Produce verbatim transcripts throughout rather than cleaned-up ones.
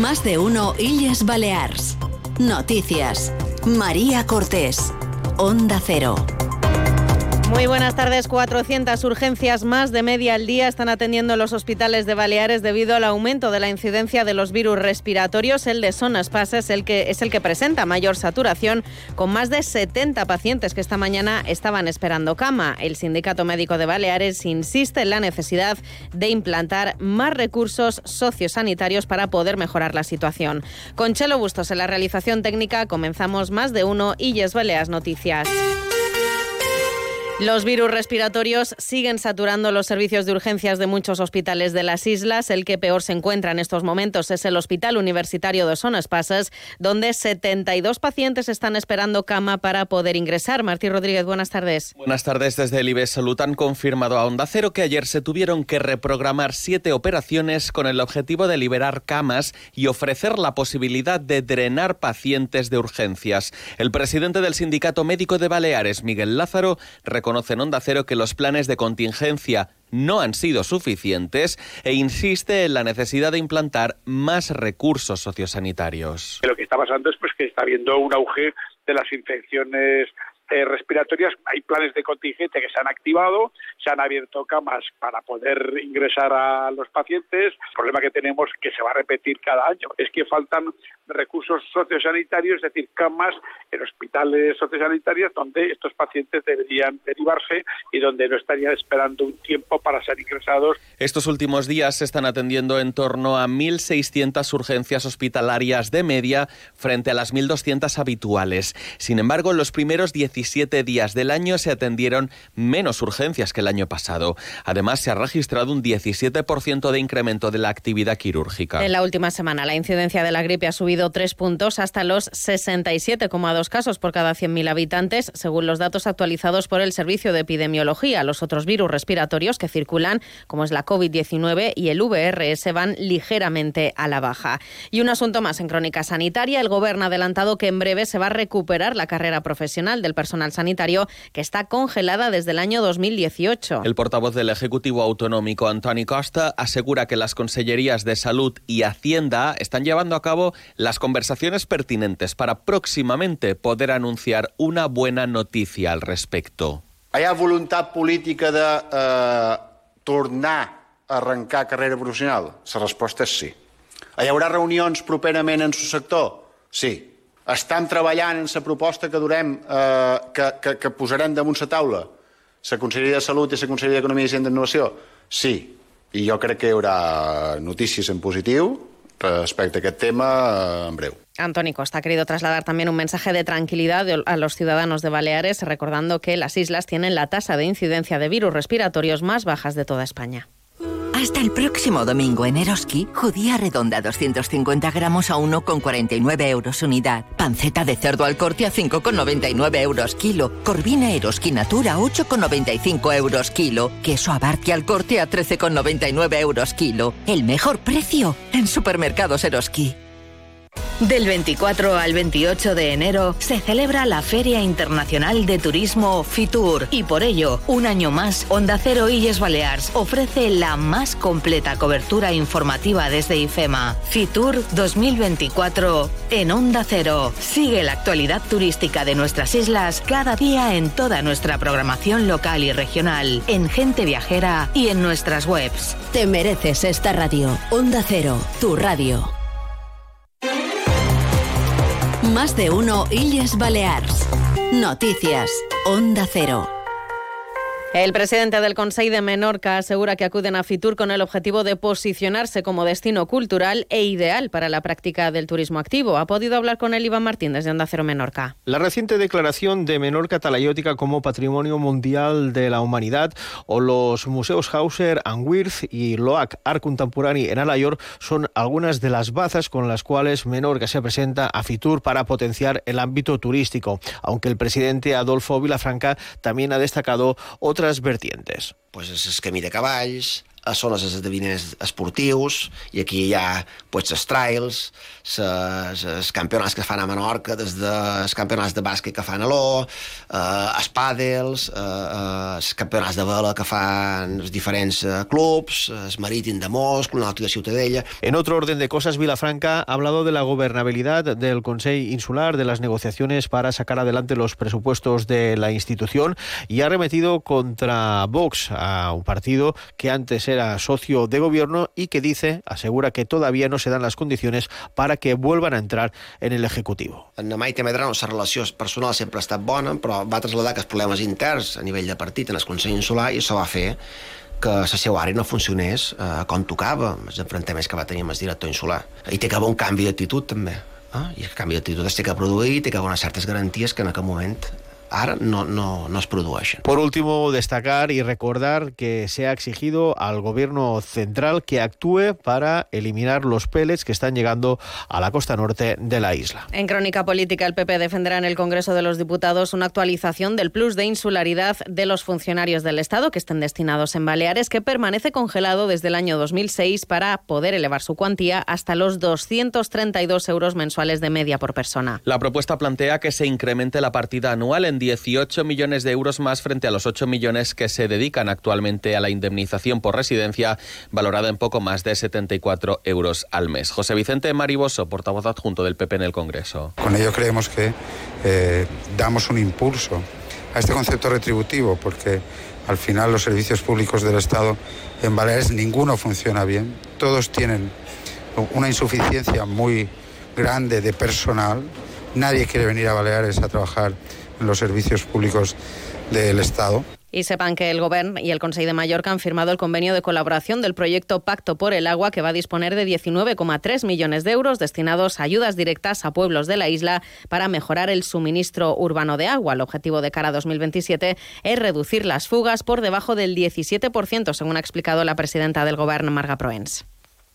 Más de uno Illes Balears. Noticias. María Cortés. Onda Cero. Muy buenas tardes. cuatrocientas urgencias más de media al día están atendiendo los hospitales de Baleares debido al aumento de la incidencia de los virus respiratorios. El de Son Espasa es el que es el que presenta mayor saturación, con más de setenta pacientes que esta mañana estaban esperando cama. El Sindicato Médico de Baleares insiste en la necesidad de implantar más recursos sociosanitarios para poder mejorar la situación. Con Chelo Bustos en la realización técnica comenzamos Más de uno Illes Balears Noticias. Los virus respiratorios siguen saturando los servicios de urgencias de muchos hospitales de las islas. El que peor se encuentra en estos momentos es el Hospital Universitario de Son Espasa, donde setenta y dos pacientes están esperando cama para poder ingresar. Martí Rodríguez, buenas tardes. Buenas tardes. Desde el I B E Salud han confirmado a Onda Cero que ayer se tuvieron que reprogramar siete operaciones con el objetivo de liberar camas y ofrecer la posibilidad de drenar pacientes de urgencias. El presidente del Sindicato Médico de Baleares, Miguel Lázaro, reconoce en Onda Cero que los planes de contingencia no han sido suficientes e insiste en la necesidad de implantar más recursos sociosanitarios. Lo que está pasando es pues que está habiendo un auge de las infecciones eh, respiratorias. Hay planes de contingencia que se han activado, se han abierto camas para poder ingresar a los pacientes. El problema que tenemos, que se va a repetir cada año, es que faltan recursos sociosanitarios, es decir, camas en hospitales sociosanitarios donde estos pacientes deberían derivarse y donde no estarían esperando un tiempo para ser ingresados. Estos últimos días se están atendiendo en torno a mil seiscientas urgencias hospitalarias de media frente a las mil doscientas habituales. Sin embargo, en los primeros diecisiete días del año se atendieron menos urgencias que el año pasado. Además, se ha registrado un diecisiete por ciento de incremento de la actividad quirúrgica. En la última semana, la incidencia de la gripe ha subido tres puntos hasta los sesenta y siete coma dos casos por cada cien mil habitantes, según los datos actualizados por el Servicio de Epidemiología. Los otros virus respiratorios que circulan, como es la COVID diecinueve y el V R S, van ligeramente a la baja. Y un asunto más en crónica sanitaria. El Gobierno ha adelantado que en breve se va a recuperar la carrera profesional del personal sanitario, que está congelada desde el año dos mil dieciocho. El portavoz del Ejecutivo Autonómico, Antoni Costa, asegura que las consellerías de Salud y Hacienda están llevando a cabo las conversaciones pertinentes para próximamente poder anunciar una buena noticia al respecto. Hi ha voluntat política de eh, tornar a arrencar carrera professional? La resposta és sí. Hi haurà reunions properament en el sector? Sí. Estem treballant en la proposta que durem, eh, que, que, que posarem damunt la taula? La Conselleria de Salut i la Conselleria d'Economia i Innovació? Sí. I jo crec que hi haurà notícies en positiu respecto a aquest tema en breu. Antoni Costa ha querido trasladar también un mensaje de tranquilidad a los ciudadanos de Baleares, recordando que las islas tienen la tasa de incidencia de virus respiratorios más bajas de toda España. Hasta el próximo domingo en Eroski, judía redonda doscientos cincuenta gramos a uno con cuarenta y nueve euros unidad. Panceta de cerdo al corte a cinco con noventa y nueve euros kilo. Corvina Eroski Natura ocho con noventa y cinco euros kilo. Queso Abarti al corte a trece con noventa y nueve euros kilo. El mejor precio en Supermercados Eroski. Del veinticuatro al veintiocho de enero se celebra la Feria Internacional de Turismo Fitur y por ello, un año más, Onda Cero Illes Balears ofrece la más completa cobertura informativa desde IFEMA. Fitur dos mil veinticuatro en Onda Cero. Sigue la actualidad turística de nuestras islas cada día en toda nuestra programación local y regional, en Gente Viajera y en nuestras webs. Te mereces esta radio. Onda Cero, tu radio. Más de uno Illes Balears. Noticias. Onda Cero. El presidente del Consell de Menorca asegura que acuden a Fitur con el objetivo de posicionarse como destino cultural e ideal para la práctica del turismo activo. Ha podido hablar con él Iván Martín desde Onda Cero Menorca. La reciente declaración de Menorca Talayótica como Patrimonio Mundial de la Humanidad o los museos Hauser and Wirth y Loac Art Contemporani en Alayor son algunas de las bazas con las cuales Menorca se presenta a Fitur para potenciar el ámbito turístico, aunque el presidente Adolfo Vilafranca también ha destacado otras vertientes. Pues és escamí de cavalls, són els esdeveniments esportius, i aquí hi ha pues, els trails, els campionats que fan a Menorca, des dels campionats de bàsquet que fan a l'O, eh, els pàdels, eh, els campionats de vela que fan els diferents eh, clubs, el marítim de Mos, Club Nàutic de Ciutadella. En otro orden de cosas, Vilafranca ha hablado de la gobernabilidad del Consell Insular, de las negociaciones para sacar adelante los presupuestos de la institución, y ha arremetido contra Vox, a un partido que antes era socio de gobierno y que dice, asegura que todavía no se dan las condiciones para que vuelvan a entrar en el Ejecutivo. En Maite Medrano la relació personal sempre ha estat bona, però va traslladar que els problemes interns a nivell de partit en el Consell Insular, i això va fer que la seva àrea no funcionés eh, com tocava, els enfrontaments que va tenir amb el director insular. I té que haver un canvi d'actitud també, eh? I el canvi d'actitud es té que produir, té que haver unes certes garanties que en aquest moment ara no, no, no es produeixen. Por último, destacar y recordar que se ha exigido al gobierno central que actúe para eliminar los pellets que están llegando a la costa norte de la isla. En Crónica Política, el P P defenderá en el Congreso de los Diputados una actualización del plus de insularidad de los funcionarios del Estado que estén destinados en Baleares, que permanece congelado desde el año dos mil seis para poder elevar su cuantía hasta los doscientos treinta y dos euros mensuales de media por persona. La propuesta plantea que se incremente la partida anual en dieciocho millones de euros más frente a los ocho millones que se dedican actualmente a la indemnización por residencia, valorada en poco más de setenta y cuatro euros al mes. José Vicente Mariboso, portavoz adjunto del P P en el Congreso. Con ello creemos que eh, damos un impulso a este concepto retributivo, porque al final los servicios públicos del Estado en Baleares ninguno funciona bien. Todos tienen una insuficiencia muy grande de personal. Nadie quiere venir a Baleares a trabajar en los servicios públicos del Estado. Y sepan que el Govern y el Consell de Mallorca han firmado el convenio de colaboración del proyecto Pacto por el Agua, que va a disponer de diecinueve coma tres millones de euros destinados a ayudas directas a pueblos de la isla para mejorar el suministro urbano de agua. El objetivo de cara a dos mil veintisiete es reducir las fugas por debajo del diecisiete por ciento, según ha explicado la presidenta del Govern, Marga Proens.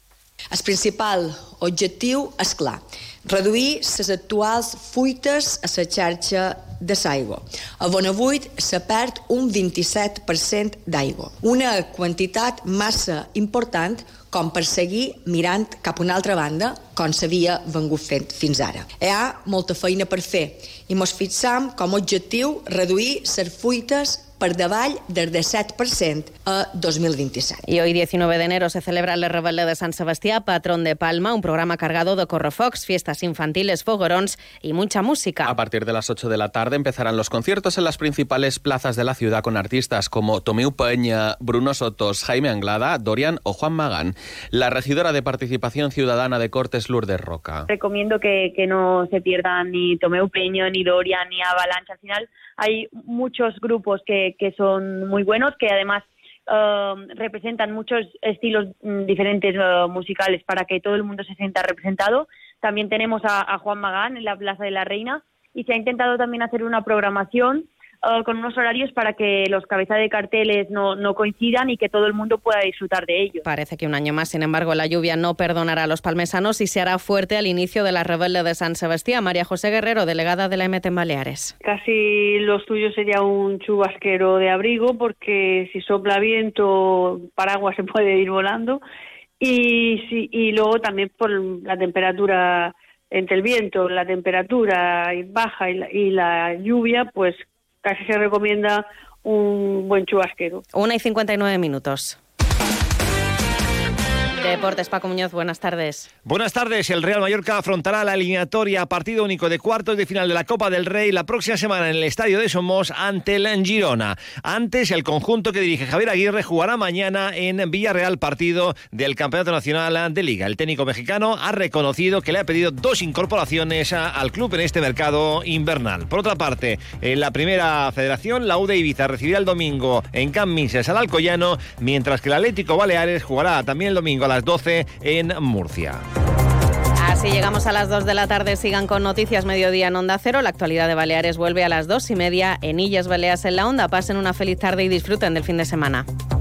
El principal objectiu és clar, reduir les actuals fuites a la xarxa de l'aigua. A Bonavuit se perd un vint-i-set per cent d'aigua, una quantitat massa important com per seguir mirant cap a una altra banda, com s'havia vengut fent fins ara. Hi ha molta feina per fer i mos fixam com a objectiu reduir les fuites per davall del disset per cent a dos mil veintisiete. Y hoy, diecinueve de enero, se celebra el Rebelde de San Sebastián, patrón de Palma, un programa cargado de correfocs, fiestas infantiles, fogorons y mucha música. A partir de las ocho de la tarde empezarán los conciertos en las principales plazas de la ciudad con artistas como Tomeu Peña, Bruno Sotos, Jaime Anglada, Dorian o Juan Magán. La regidora de Participación Ciudadana de Cortes, Lourdes Roca. Recomiendo que, que no se pierdan ni Tomeu Peña, ni Dorian, ni Avalanche. Al final hay muchos grupos que, que son muy buenos, que además uh, representan muchos estilos mm, diferentes uh, musicales para que todo el mundo se sienta representado. También tenemos a, a Juan Magán en la Plaza de la Reina y se ha intentado también hacer una programación uh, con unos horarios para que los cabezas de carteles no, no coincidan y que todo el mundo pueda disfrutar de ellos. Parece que un año más, sin embargo, la lluvia no perdonará a los palmesanos y se hará fuerte al inicio de la Rebelde de San Sebastián. María José Guerrero, delegada de la M T en Baleares. Casi lo suyo sería un chubasquero de abrigo, porque si sopla viento, paraguas se puede ir volando. Y, si, y luego también por la temperatura, entre el viento, la temperatura baja y la, y la lluvia, pues casi se recomienda un buen chubasquero. Una y cincuenta y nueve minutos. Deportes, Paco Muñoz, buenas tardes. Buenas tardes. El Real Mallorca afrontará la eliminatoria partido único de cuartos de final de la Copa del Rey la próxima semana en el Estadio de Somos ante el Girona. Antes, el conjunto que dirige Javier Aguirre jugará mañana en Villarreal partido del Campeonato Nacional de Liga. El técnico mexicano ha reconocido que le ha pedido dos incorporaciones a, al club en este mercado invernal. Por otra parte, en la primera federación, la U de Ibiza recibirá el domingo en Can Mises al Alcoyano, mientras que el Atlético Baleares jugará también el domingo a las doce en Murcia. Así llegamos a las dos de la tarde. Sigan con Noticias Mediodía en Onda Cero. La actualidad de Baleares vuelve a las dos y media en Illes Balears en la Onda. Pasen una feliz tarde y disfruten del fin de semana.